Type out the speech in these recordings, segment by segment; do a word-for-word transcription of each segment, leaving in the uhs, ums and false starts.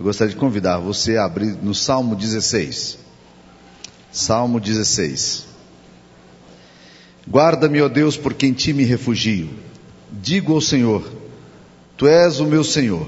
Eu gostaria de convidar você a abrir no Salmo dezesseis. Salmo dezesseis. Guarda-me, ó Deus, porque em ti me refugio. Digo ao Senhor, tu és o meu Senhor.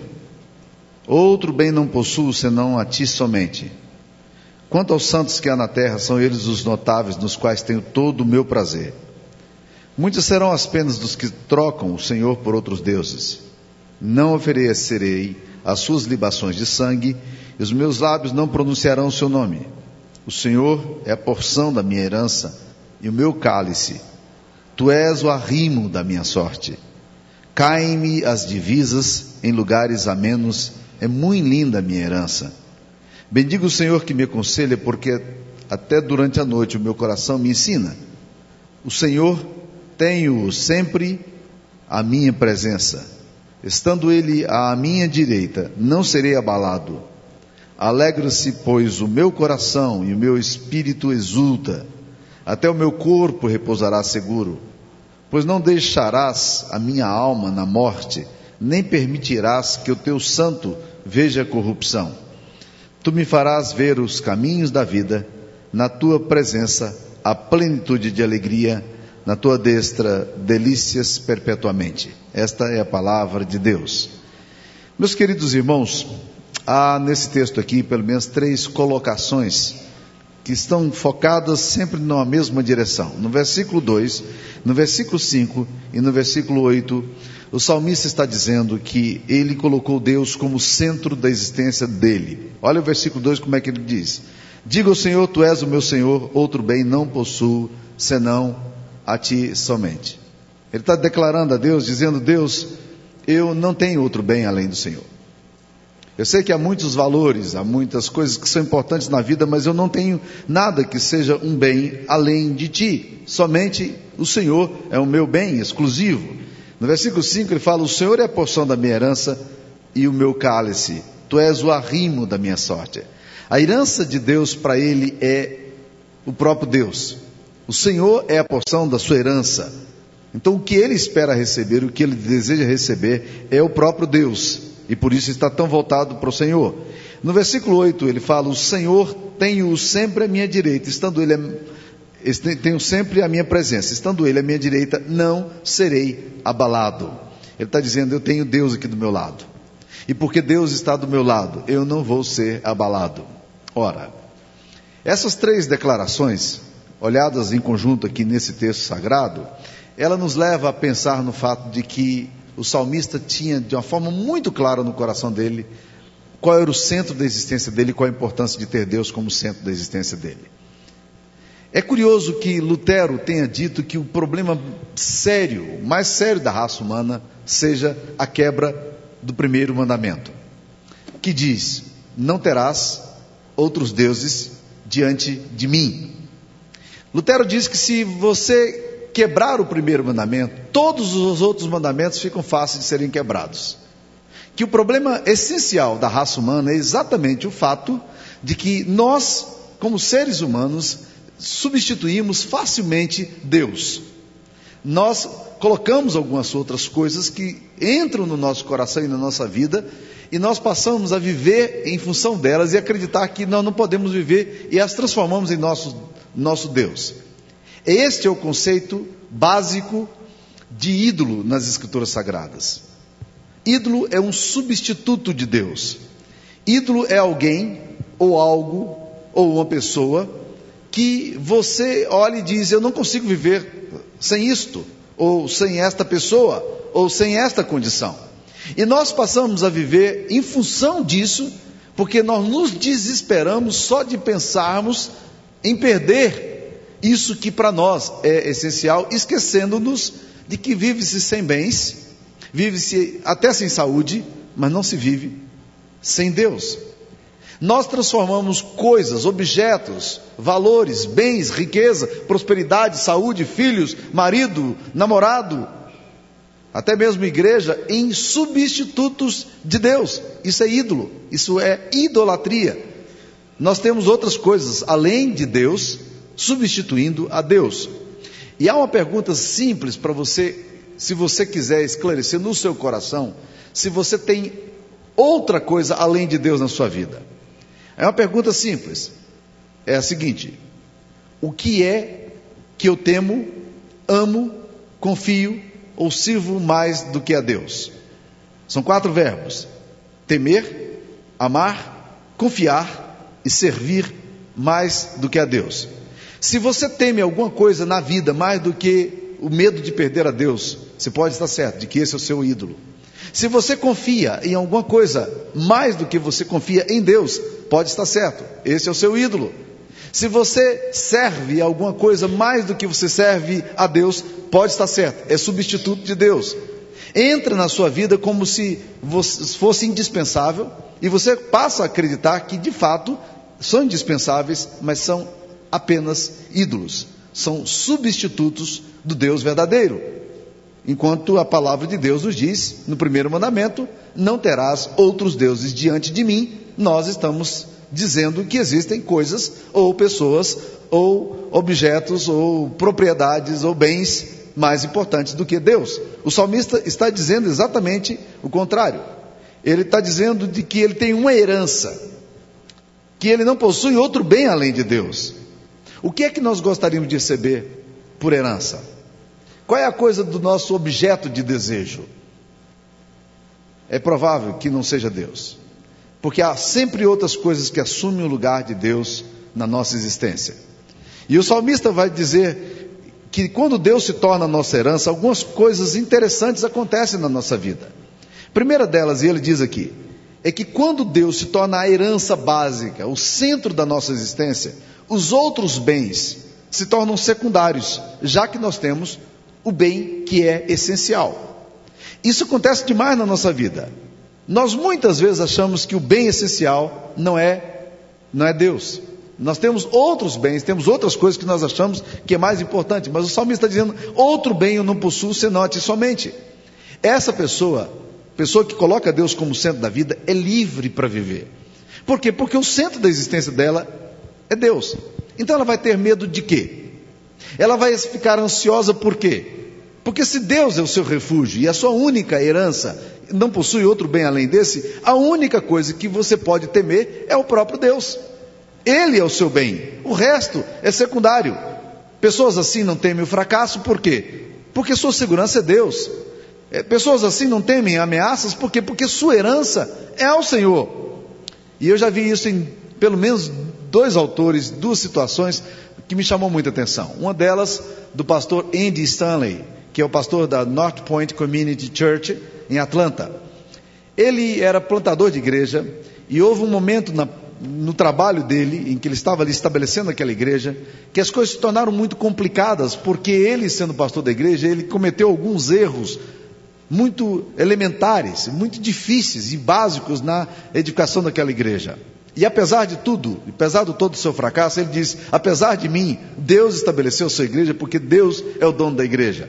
Outro bem não possuo senão a ti somente. Quanto aos santos que há na terra, são eles os notáveis, nos quais tenho todo o meu prazer. Muitas serão as penas dos que trocam o Senhor por outros deuses. Não oferecerei as suas libações de sangue, e os meus lábios não pronunciarão o seu nome. O Senhor é a porção da minha herança e o meu cálice. Tu és o arrimo da minha sorte. Caem-me as divisas em lugares amenos, é muito linda a minha herança. Bendigo o Senhor que me aconselha, porque até durante a noite o meu coração me ensina. O Senhor tenho sempre à minha presença. Estando Ele à minha direita, não serei abalado. Alegra-se, pois, o meu coração e o meu espírito exulta. Até o meu corpo repousará seguro. Pois não deixarás a minha alma na morte, nem permitirás que o teu santo veja a corrupção. Tu me farás ver os caminhos da vida, na tua presença a plenitude de alegria, na tua destra delícias perpetuamente. Esta é a palavra de Deus. Meus queridos irmãos, há nesse texto aqui pelo menos três colocações que estão focadas sempre numa mesma direção. No versículo dois, no versículo cinco e no versículo oito, o salmista está dizendo que ele colocou Deus como centro da existência dele. Olha o versículo dois, como é que ele diz: diga ao Senhor, tu és o meu Senhor, outro bem não possuo, senão a ti somente. Ele está declarando a Deus, dizendo: Deus, eu não tenho outro bem além do Senhor. Eu sei que há muitos valores, há muitas coisas que são importantes na vida, mas eu não tenho nada que seja um bem além de ti. Somente o Senhor é o meu bem exclusivo. No versículo cinco ele fala: o Senhor é a porção da minha herança e o meu cálice. Tu és o arrimo da minha sorte. A herança de Deus para ele é o próprio Deus. O Senhor é a porção da sua herança. Então o que ele espera receber, o que ele deseja receber é o próprio Deus. E por isso está tão voltado para o Senhor. No versículo oito ele fala: o Senhor tenho sempre à minha direita, estando ele, tenho sempre a minha presença, estando ele à minha direita, não serei abalado. Ele está dizendo: eu tenho Deus aqui do meu lado. E porque Deus está do meu lado, eu não vou ser abalado. Ora, essas três declarações, olhadas em conjunto aqui nesse texto sagrado, ela nos leva a pensar no fato de que o salmista tinha de uma forma muito clara no coração dele qual era o centro da existência dele, qual a importância de ter Deus como centro da existência dele. É curioso que Lutero tenha dito que o problema sério, mais sério da raça humana, seja a quebra do primeiro mandamento, que diz: não terás outros deuses diante de mim. Lutero diz que se você quebrar o primeiro mandamento, todos os outros mandamentos ficam fáceis de serem quebrados. Que o problema essencial da raça humana é exatamente o fato de que nós, como seres humanos, substituímos facilmente Deus. Nós colocamos algumas outras coisas que entram no nosso coração e na nossa vida, e nós passamos a viver em função delas e acreditar que nós não podemos viver, e as transformamos em nosso, nosso Deus. Este é o conceito básico de ídolo nas Escrituras Sagradas. Ídolo é um substituto de Deus. Ídolo é alguém, ou algo, ou uma pessoa, que você olha e diz: eu não consigo viver sem isto, ou sem esta pessoa, ou sem esta condição. E nós passamos a viver em função disso, porque nós nos desesperamos só de pensarmos em perder isso que para nós é essencial, esquecendo-nos de que vive-se sem bens, vive-se até sem saúde, mas não se vive sem Deus. Nós transformamos coisas, objetos, valores, bens, riqueza, prosperidade, saúde, filhos, marido, namorado, até mesmo igreja, em substitutos de Deus. Isso é ídolo, isso é idolatria. Nós temos outras coisas além de Deus, substituindo a Deus. E há uma pergunta simples para você, se você quiser esclarecer no seu coração, se você tem outra coisa além de Deus na sua vida? É uma pergunta simples. É a seguinte: o que é que eu temo, amo, confio ou sirvo mais do que a Deus? São quatro verbos: temer, amar, confiar e servir mais do que a Deus. Se você teme alguma coisa na vida mais do que o medo de perder a Deus, você pode estar certo de que esse é o seu ídolo. Se você confia em alguma coisa mais do que você confia em Deus, pode estar certo, esse é o seu ídolo. Se você serve alguma coisa mais do que você serve a Deus, pode estar certo, é substituto de Deus. Entra na sua vida como se fosse indispensável, e você passa a acreditar que de fato são indispensáveis, mas são apenas ídolos, são substitutos do Deus verdadeiro. Enquanto a palavra de Deus nos diz, no primeiro mandamento, não terás outros deuses diante de mim. Nós estamos dizendo que existem coisas, ou pessoas, ou objetos, ou propriedades, ou bens mais importantes do que Deus. O salmista está dizendo exatamente o contrário. Ele está dizendo de que ele tem uma herança, que ele não possui outro bem além de Deus. O que é que nós gostaríamos de receber por herança? Qual é a coisa do nosso objeto de desejo? É provável que não seja Deus, porque há sempre outras coisas que assumem o lugar de Deus na nossa existência. E o salmista vai dizer que quando Deus se torna a nossa herança, algumas coisas interessantes acontecem na nossa vida. A primeira delas, e ele diz aqui, é que quando Deus se torna a herança básica, o centro da nossa existência, os outros bens se tornam secundários, já que nós temos o bem que é essencial. Isso acontece demais na nossa vida. Nós muitas vezes achamos que o bem essencial não é, não é Deus. Nós temos outros bens, temos outras coisas que nós achamos que é mais importante, mas o salmista está dizendo, outro bem eu não possuo senão a ti somente. Essa pessoa, pessoa que coloca Deus como centro da vida, é livre para viver. Por quê? Porque o centro da existência dela é Deus. Então ela vai ter medo de quê? Ela vai ficar ansiosa por quê? Porque se Deus é o seu refúgio e a sua única herança não possui outro bem além desse, a única coisa que você pode temer é o próprio Deus. Ele é o seu bem, o resto é secundário. Pessoas assim não temem o fracasso, por quê? Porque sua segurança é Deus. Pessoas assim não temem ameaças, por quê? Porque sua herança é ao Senhor. E eu já vi isso em pelo menos dois autores, duas situações que me chamou muita atenção. Uma delas, do pastor Andy Stanley, que é o pastor da North Point Community Church, em Atlanta. Ele era plantador de igreja, e houve um momento na, no trabalho dele, em que ele estava ali estabelecendo aquela igreja, que as coisas se tornaram muito complicadas, porque ele, sendo pastor da igreja, ele cometeu alguns erros muito elementares, muito difíceis e básicos na edificação daquela igreja. E apesar de tudo, apesar de todo o seu fracasso, ele diz, apesar de mim, Deus estabeleceu a sua igreja, porque Deus é o dono da igreja.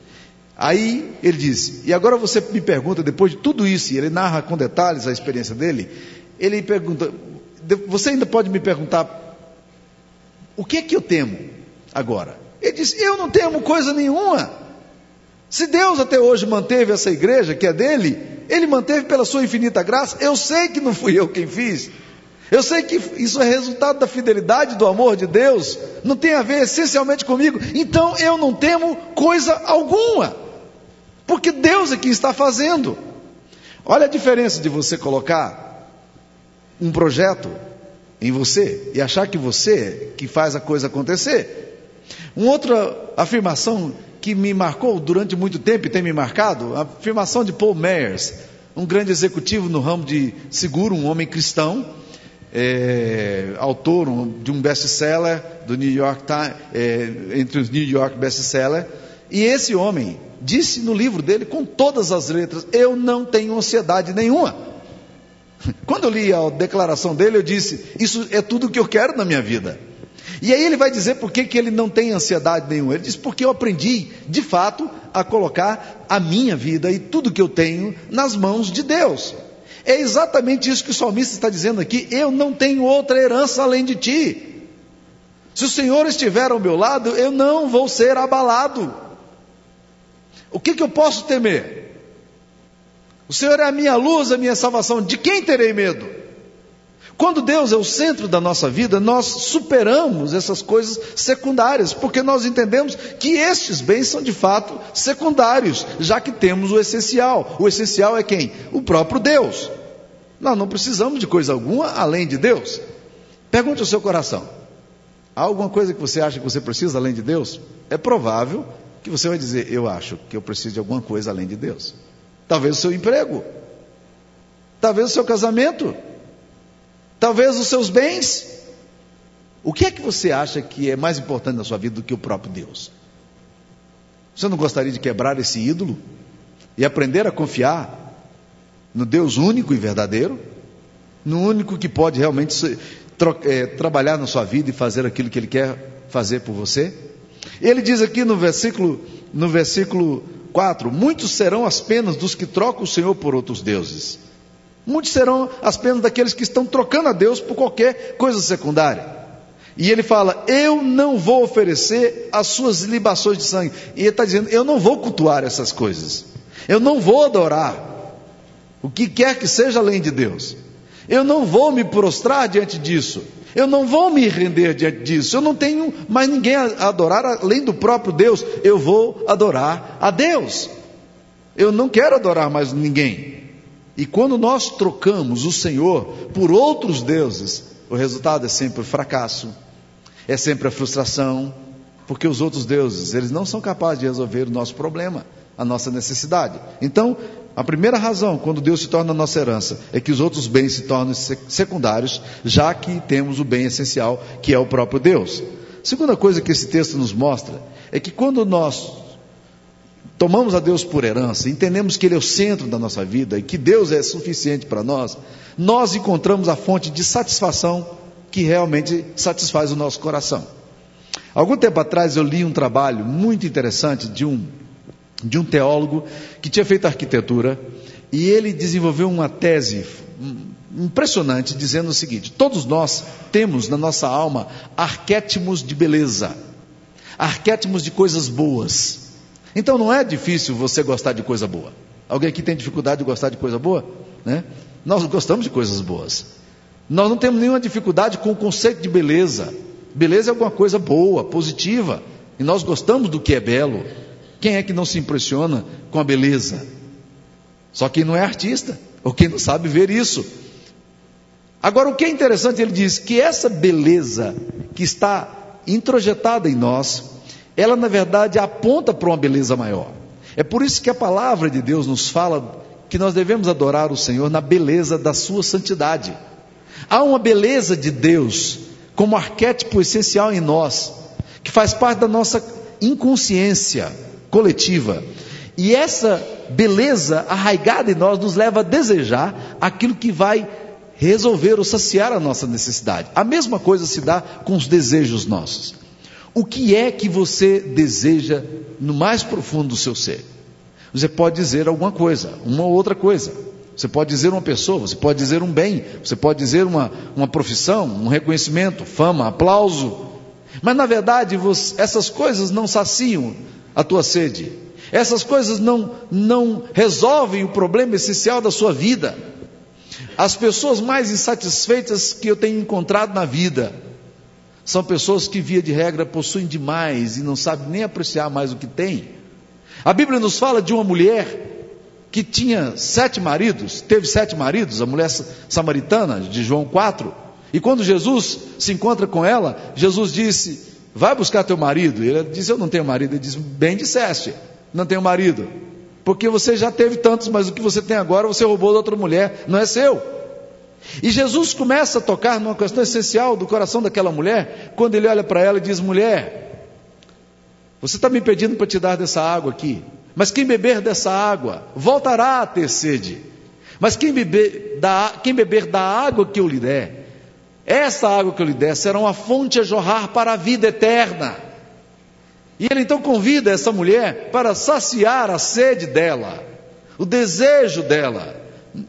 Aí ele diz, e agora você me pergunta, depois de tudo isso, e ele narra com detalhes a experiência dele, ele pergunta, você ainda pode me perguntar, o que é que eu temo agora? Ele diz, eu não temo coisa nenhuma. Se Deus até hoje manteve essa igreja, que é dele, Ele manteve pela sua infinita graça. Eu sei que não fui eu quem fiz. Eu sei que isso é resultado da fidelidade, do amor de Deus. Não tem a ver essencialmente comigo. Então eu não temo coisa alguma. Porque Deus é quem está fazendo. Olha a diferença de você colocar um projeto em você e achar que você que faz a coisa acontecer. Uma outra afirmação que me marcou durante muito tempo e tem me marcado, a afirmação de Paul Myers, um grande executivo no ramo de seguro, um homem cristão, é, autor de um best-seller do New York Times, é, entre os New York best-seller, e esse homem disse no livro dele com todas as letras, eu não tenho ansiedade nenhuma. Quando eu li a declaração dele, eu disse, isso é tudo o que eu quero na minha vida. E aí ele vai dizer por que, que ele não tem ansiedade nenhuma. Ele diz, porque eu aprendi, de fato, a colocar a minha vida e tudo que eu tenho nas mãos de Deus. É exatamente isso que o salmista está dizendo aqui, eu não tenho outra herança além de ti. Se o Senhor estiver ao meu lado, eu não vou ser abalado. O que, que eu posso temer? O Senhor é a minha luz, a minha salvação. De quem terei medo? Quando Deus é o centro da nossa vida, nós superamos essas coisas secundárias, porque nós entendemos que estes bens são de fato secundários, já que temos o essencial. O essencial é quem? O próprio Deus. Nós não precisamos de coisa alguma além de Deus. Pergunte ao seu coração: há alguma coisa que você acha que você precisa além de Deus? É provável que você vai dizer: eu acho que eu preciso de alguma coisa além de Deus. Talvez o seu emprego, talvez o seu casamento, talvez os seus bens. O que é que você acha que é mais importante na sua vida do que o próprio Deus? Você não gostaria de quebrar esse ídolo e aprender a confiar no Deus único e verdadeiro, no único que pode realmente tra- é, trabalhar na sua vida e fazer aquilo que Ele quer fazer por você? Ele diz aqui no versículo, no versículo quatro: muitos serão as penas dos que trocam o Senhor por outros deuses. Muitos serão as penas daqueles que estão trocando a Deus por qualquer coisa secundária. E ele fala: eu não vou oferecer as suas libações de sangue. E ele está dizendo: eu não vou cultuar essas coisas, eu não vou adorar o que quer que seja além de Deus, eu não vou me prostrar diante disso, eu não vou me render diante disso, eu não tenho mais ninguém a adorar além do próprio Deus, eu vou adorar a Deus, eu não quero adorar mais ninguém. E quando nós trocamos o Senhor por outros deuses, o resultado é sempre o fracasso, é sempre a frustração, porque os outros deuses, eles não são capazes de resolver o nosso problema, a nossa necessidade. Então, a primeira razão, quando Deus se torna a nossa herança, é que os outros bens se tornam secundários, já que temos o bem essencial, que é o próprio Deus. Segunda coisa que esse texto nos mostra, é que quando nós tomamos a Deus por herança, entendemos que Ele é o centro da nossa vida, e que Deus é suficiente para nós, nós encontramos a fonte de satisfação, que realmente satisfaz o nosso coração. Algum tempo atrás eu li um trabalho muito interessante de um de um teólogo que tinha feito arquitetura, e ele desenvolveu uma tese impressionante, dizendo o seguinte: todos nós temos na nossa alma arquétipos de beleza, arquétipos de coisas boas. Então não é difícil você gostar de coisa boa. Alguém aqui tem dificuldade de gostar de coisa boa? Né? Nós gostamos de coisas boas. Nós não temos nenhuma dificuldade com o conceito de beleza. Beleza é alguma coisa boa, positiva, e nós gostamos do que é belo. Quem é que não se impressiona com a beleza? Só quem não é artista, ou quem não sabe ver isso. Agora, o que é interessante, ele diz que essa beleza que está introjetada em nós, ela na verdade aponta para uma beleza maior. É por isso que a palavra de Deus nos fala que nós devemos adorar o Senhor na beleza da sua santidade. Há uma beleza de Deus como arquétipo essencial em nós, que faz parte da nossa inconsciência coletiva, e essa beleza arraigada em nós nos leva a desejar aquilo que vai resolver ou saciar a nossa necessidade. A mesma coisa se dá com os desejos nossos. O que é que você deseja no mais profundo do seu ser? Você pode dizer alguma coisa, uma ou outra coisa. Você pode dizer uma pessoa, você pode dizer um bem, você pode dizer uma, uma profissão, um reconhecimento, fama, aplauso. Mas na verdade você, essas coisas não saciam a tua sede. Essas coisas não, não resolvem o problema essencial da sua vida. As pessoas mais insatisfeitas que eu tenho encontrado na vida são pessoas que, via de regra, possuem demais e não sabem nem apreciar mais o que têm. A Bíblia nos fala de uma mulher que tinha sete maridos, teve sete maridos, a mulher samaritana de João quatro, e quando Jesus se encontra com ela, Jesus disse: vai buscar teu marido. E ela disse: eu não tenho marido. Ele disse: bem disseste, não tenho marido, porque você já teve tantos, mas o que você tem agora você roubou da outra mulher, não é seu. E Jesus começa a tocar numa questão essencial do coração daquela mulher, quando ele olha para ela e diz: mulher, você está me pedindo para te dar dessa água aqui, mas quem beber dessa água voltará a ter sede, mas quem beber da, quem beber da água que eu lhe der, essa água que eu lhe der será uma fonte a jorrar para a vida eterna. E ele então convida essa mulher para saciar a sede dela, o desejo dela,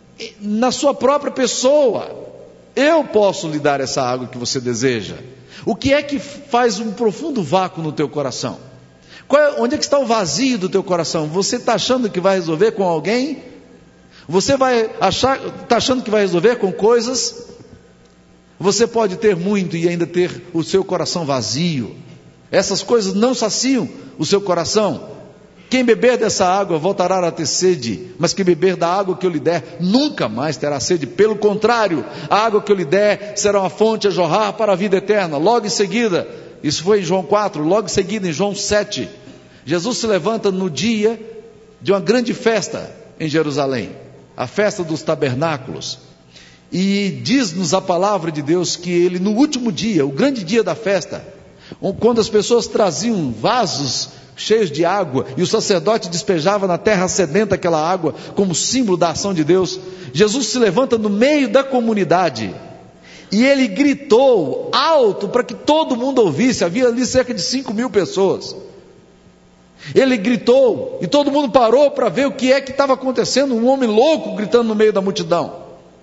na sua própria pessoa. Eu posso lhe dar essa água que você deseja. O que é que faz um profundo vácuo no teu coração? Qual é, onde é que está o vazio do teu coração? Você está achando que vai resolver com alguém? Você vai achar, está achando que vai resolver com coisas? Você pode ter muito e ainda ter o seu coração vazio. Essas coisas não saciam o seu coração. Quem beber dessa água voltará a ter sede, mas quem beber da água que eu lhe der, nunca mais terá sede. Pelo contrário, a água que eu lhe der será uma fonte a jorrar para a vida eterna. Logo em seguida, isso foi em João quatro, logo em seguida em João sete, Jesus se levanta no dia de uma grande festa em Jerusalém, a festa dos tabernáculos, e diz-nos a palavra de Deus que ele, no último dia, o grande dia da festa, quando as pessoas traziam vasos cheios de água, e o sacerdote despejava na terra sedenta aquela água, como símbolo da ação de Deus, Jesus se levanta no meio da comunidade, e ele gritou alto, para que todo mundo ouvisse. Havia ali cerca de cinco mil pessoas, ele gritou, e todo mundo parou para ver o que é que estava acontecendo. Um homem louco gritando no meio da multidão.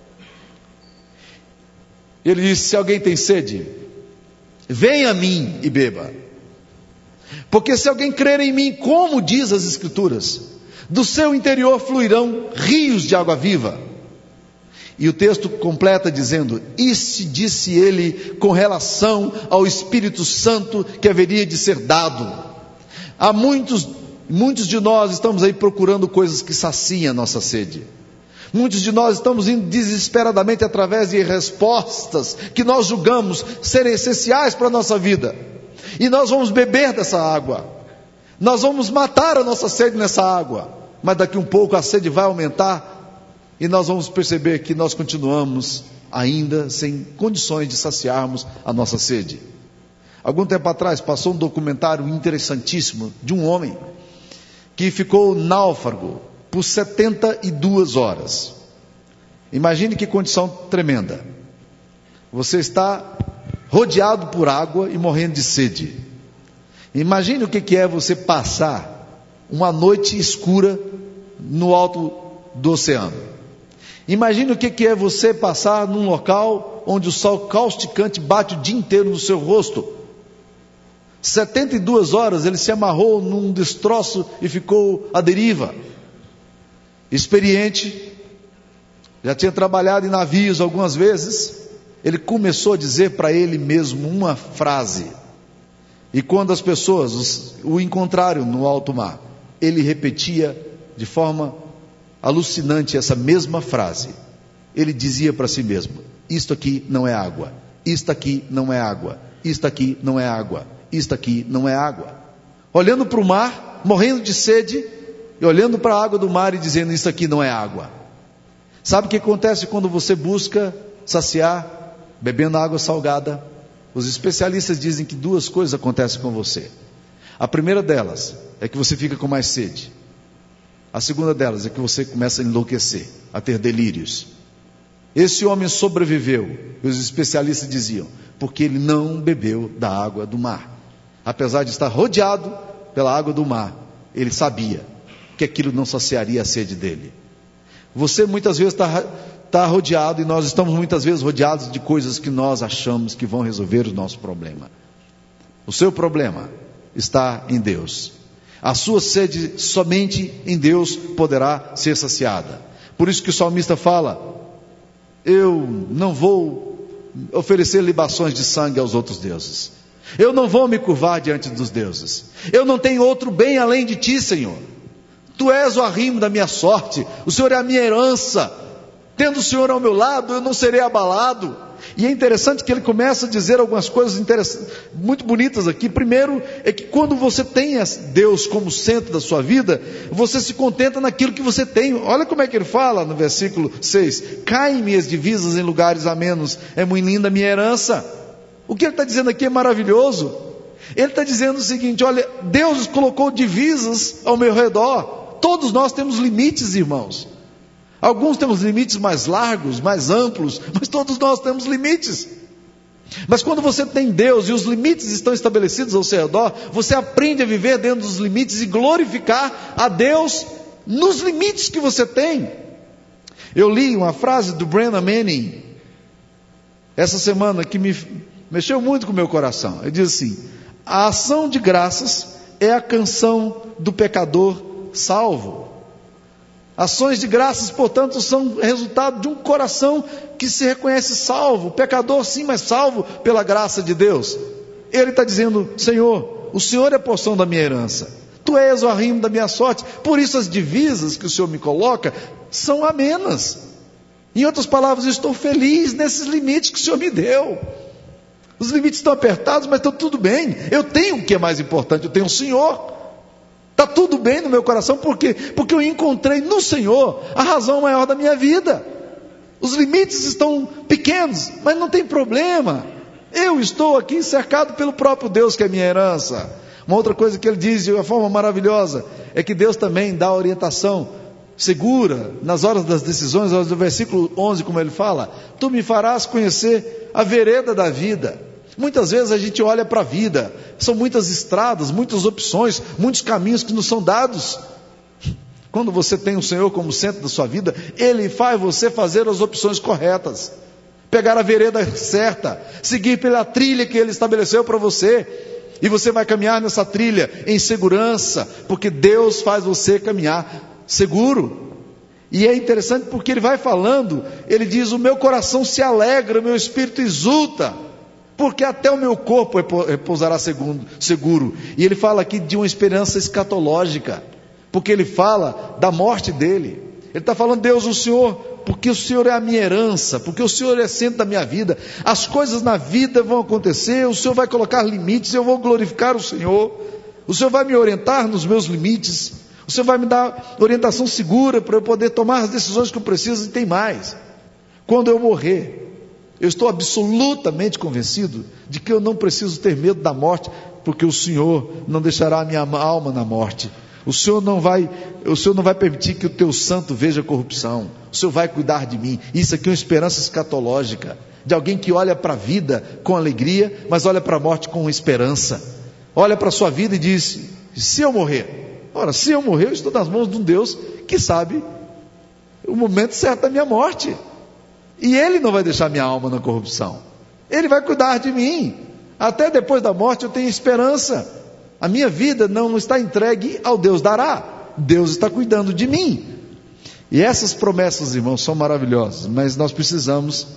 Ele disse: se alguém tem sede, venha a mim e beba. Porque se alguém crer em mim, como diz as Escrituras, do seu interior fluirão rios de água viva. E o texto completa dizendo: isso disse ele com relação ao Espírito Santo que haveria de ser dado. Há muitos, muitos de nós estamos aí procurando coisas que saciem a nossa sede. Muitos de nós estamos indo desesperadamente atrás de respostas que nós julgamos serem essenciais para a nossa vida. E nós vamos beber dessa água. Nós vamos matar a nossa sede nessa água. Mas daqui um pouco a sede vai aumentar e nós vamos perceber que nós continuamos ainda sem condições de saciarmos a nossa sede. Algum tempo atrás passou um documentário interessantíssimo de um homem que ficou náufrago por setenta e duas horas. Imagine que condição tremenda. Você está rodeado por água e morrendo de sede. Imagine o que é você passar uma noite escura no alto do oceano. Imagine o que é você passar num local onde o sol causticante bate o dia inteiro no seu rosto. setenta e duas horas ele se amarrou num destroço e ficou à deriva. Experiente, já tinha trabalhado em navios algumas vezes, ele começou a dizer para ele mesmo uma frase. E quando as pessoas o encontraram no alto mar, ele repetia de forma alucinante essa mesma frase. Ele dizia para si mesmo: isto aqui não é água, isto aqui não é água, isto aqui não é água, isto aqui não é água. Olhando para o mar, morrendo de sede, e olhando para a água do mar e dizendo: isso aqui não é água. Sabe o que acontece quando você busca saciar, bebendo água salgada? Os especialistas dizem que duas coisas acontecem com você. A primeira delas é que você fica com mais sede. A segunda delas é que você começa a enlouquecer, a ter delírios. Esse homem sobreviveu, e os especialistas diziam, porque ele não bebeu da água do mar. Apesar de estar rodeado pela água do mar, ele sabia que aquilo não saciaria a sede dele. Você muitas vezes está, está rodeado, e nós estamos muitas vezes rodeados de coisas que nós achamos que vão resolver o nosso problema. O seu problema está em Deus. A sua sede somente em Deus poderá ser saciada. Por isso que o salmista fala: eu não vou oferecer libações de sangue aos outros deuses. Eu não vou me curvar diante dos deuses. Eu não tenho outro bem além de ti, Senhor. Tu és o arrimo da minha sorte. O Senhor é a minha herança. Tendo o Senhor ao meu lado, eu não serei abalado. E é interessante que ele começa a dizer algumas coisas muito bonitas aqui. Primeiro, é que quando você tem Deus como centro da sua vida, você se contenta naquilo que você tem. Olha como é que ele fala no versículo seis: caem minhas divisas em lugares amenos, é muito linda a minha herança. O que ele está dizendo aqui é maravilhoso. Ele está dizendo o seguinte: olha, Deus colocou divisas ao meu redor. Todos nós temos limites, irmãos. Alguns temos limites mais largos, mais amplos, mas todos nós temos limites. Mas quando você tem Deus e os limites estão estabelecidos ao seu redor, você aprende a viver dentro dos limites e glorificar a Deus nos limites que você tem. Eu li uma frase do Brennan Manning essa semana que me mexeu muito com o meu coração. Ele diz assim: a ação de graças é a canção do pecador salvo. Ações de graças, portanto, são resultado de um coração que se reconhece salvo. Pecador sim, mas salvo pela graça de Deus. Ele está dizendo: Senhor, o Senhor é a porção da minha herança, Tu és o arrimo da minha sorte. Por isso as divisas que o Senhor me coloca são amenas. Em outras palavras, eu estou feliz nesses limites que o Senhor me deu. Os limites estão apertados, mas estão tudo bem. Eu tenho o que é mais importante, eu tenho o Senhor. Está tudo bem no meu coração, por quê? Porque eu encontrei no Senhor a razão maior da minha vida. Os limites estão pequenos, mas não tem problema. Eu estou aqui cercado pelo próprio Deus, que é minha herança. Uma outra coisa que ele diz de uma forma maravilhosa é que Deus também dá orientação segura nas horas das decisões. No versículo onze, como ele fala: Tu me farás conhecer a vereda da vida. Muitas vezes a gente olha para a vida, são muitas estradas, muitas opções, muitos caminhos que nos são dados. Quando você tem o Senhor como centro da sua vida, Ele faz você fazer as opções corretas, pegar a vereda certa, seguir pela trilha que Ele estabeleceu para você, e você vai caminhar nessa trilha em segurança, porque Deus faz você caminhar seguro. E é interessante porque Ele vai falando, Ele diz: o meu coração se alegra, o meu espírito exulta, porque até o meu corpo repousará seguro. E ele fala aqui de uma esperança escatológica, porque ele fala da morte dele. Ele está falando: Deus, o Senhor, porque o Senhor é a minha herança, porque o Senhor é centro da minha vida, as coisas na vida vão acontecer, o Senhor vai colocar limites, eu vou glorificar o Senhor, o Senhor vai me orientar nos meus limites, o Senhor vai me dar orientação segura para eu poder tomar as decisões que eu preciso. E tem mais: quando eu morrer, eu estou absolutamente convencido de que eu não preciso ter medo da morte, porque o Senhor não deixará a minha alma na morte. O Senhor não vai, o Senhor não vai permitir que o teu santo veja corrupção. O Senhor vai cuidar de mim. Isso aqui é uma esperança escatológica, de alguém que olha para a vida com alegria, mas olha para a morte com esperança. Olha para a sua vida e diz: se eu morrer, ora, se eu morrer, eu estou nas mãos de um Deus que sabe o momento certo da minha morte. E Ele não vai deixar minha alma na corrupção. Ele vai cuidar de mim. Até depois da morte eu tenho esperança. A minha vida não está entregue ao Deus dará. Deus está cuidando de mim. E essas promessas, irmãos, são maravilhosas, mas nós precisamos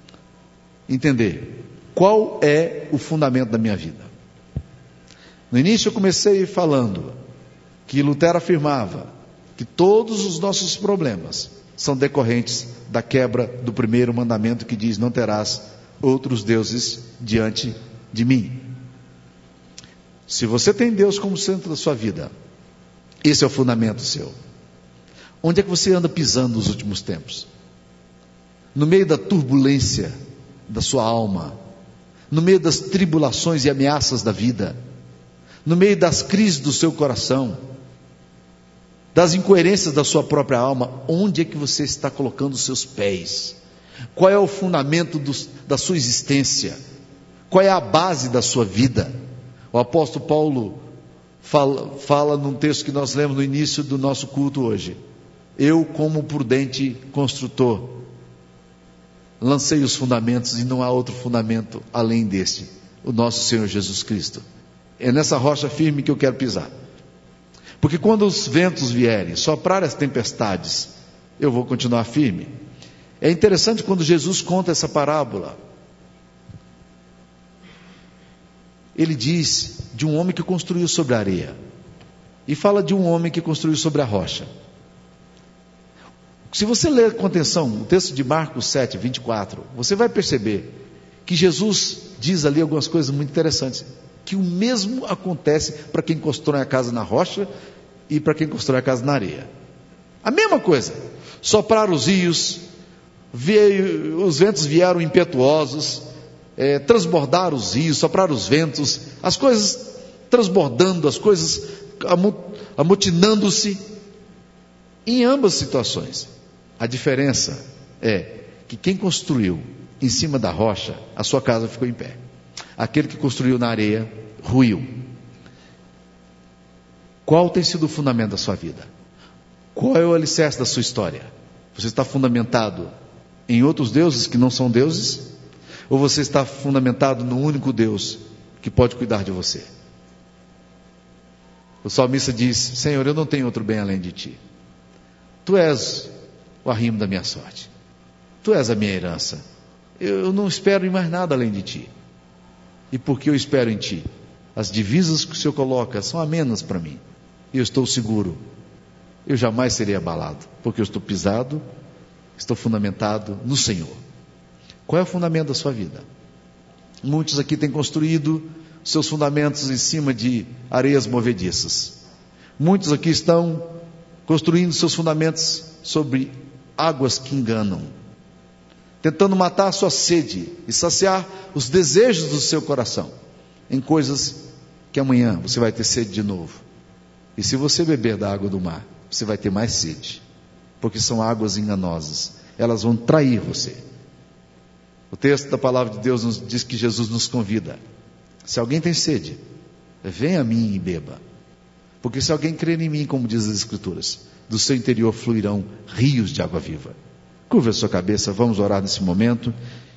entender qual é o fundamento da minha vida. No início eu comecei falando que Lutero afirmava que todos os nossos problemas são decorrentes da quebra do primeiro mandamento, que diz: não terás outros deuses diante de mim. Se você tem Deus como centro da sua vida, esse é o fundamento seu. Onde é que você anda pisando nos últimos tempos? No meio da turbulência da sua alma, no meio das tribulações e ameaças da vida, no meio das crises do seu coração, das incoerências da sua própria alma, onde é que você está colocando os seus pés? Qual é o fundamento do, da sua existência? Qual é a base da sua vida? O apóstolo Paulo fala, fala num texto que nós lemos no início do nosso culto hoje: eu, como prudente construtor, lancei os fundamentos, e não há outro fundamento além deste, o nosso Senhor Jesus Cristo. É nessa rocha firme que eu quero pisar. Porque quando os ventos vierem, soprar as tempestades, eu vou continuar firme. É interessante quando Jesus conta essa parábola. Ele diz de um homem que construiu sobre a areia, e fala de um homem que construiu sobre a rocha. Se você ler com atenção o texto de Marcos sete, vinte e quatro, você vai perceber que Jesus diz ali algumas coisas muito interessantes, que o mesmo acontece para quem constrói a casa na rocha e para quem constrói a casa na areia. A mesma coisa. Sopraram os rios, veio, os ventos vieram impetuosos, é, transbordaram os rios, sopraram os ventos, as coisas transbordando, as coisas amotinando-se. Em ambas situações, a diferença é que quem construiu em cima da rocha, a sua casa ficou em pé. Aquele que construiu na areia, ruiu. Qual tem sido o fundamento da sua vida? Qual é o alicerce da sua história? Você está fundamentado em outros deuses que não são deuses? Ou você está fundamentado no único Deus que pode cuidar de você? O salmista diz: Senhor, eu não tenho outro bem além de ti. Tu és o arrimo da minha sorte. Tu és a minha herança. Eu não espero em mais nada além de Ti. E porque eu espero em Ti, as divisas que o Senhor coloca são amenas para mim. E eu estou seguro. Eu jamais serei abalado, porque eu estou pisado, estou fundamentado no Senhor. Qual é o fundamento da sua vida? Muitos aqui têm construído seus fundamentos em cima de areias movediças. Muitos aqui estão construindo seus fundamentos sobre águas que enganam, tentando matar a sua sede e saciar os desejos do seu coração em coisas que amanhã você vai ter sede de novo. E se você beber da água do mar, você vai ter mais sede, porque são águas enganosas, elas vão trair você. O texto da palavra de Deus nos diz que Jesus nos convida: se alguém tem sede, venha a mim e beba, porque se alguém crer em mim, como diz as Escrituras, do seu interior fluirão rios de água viva. Curva a sua cabeça, vamos orar nesse momento.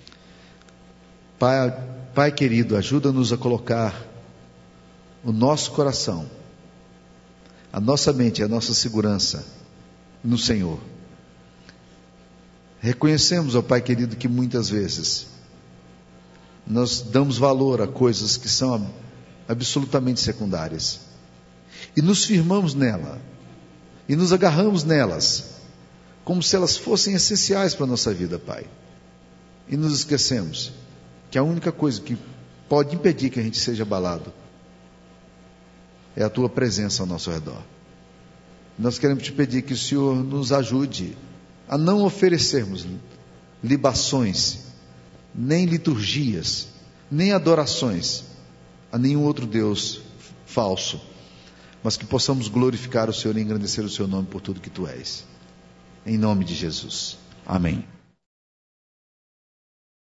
Pai, Pai querido, ajuda-nos a colocar o nosso coração, a nossa mente, a nossa segurança no Senhor. Reconhecemos, ó Pai querido, que muitas vezes nós damos valor a coisas que são absolutamente secundárias e nos firmamos nela e nos agarramos nelas como se elas fossem essenciais para a nossa vida, Pai, e nos esquecemos que a única coisa que pode impedir que a gente seja abalado é a Tua presença ao nosso redor. Nós queremos te pedir que o Senhor nos ajude a não oferecermos libações, nem liturgias, nem adorações a nenhum outro Deus falso, mas que possamos glorificar o Senhor e engrandecer o Seu nome por tudo que Tu és. Em nome de Jesus. Amém.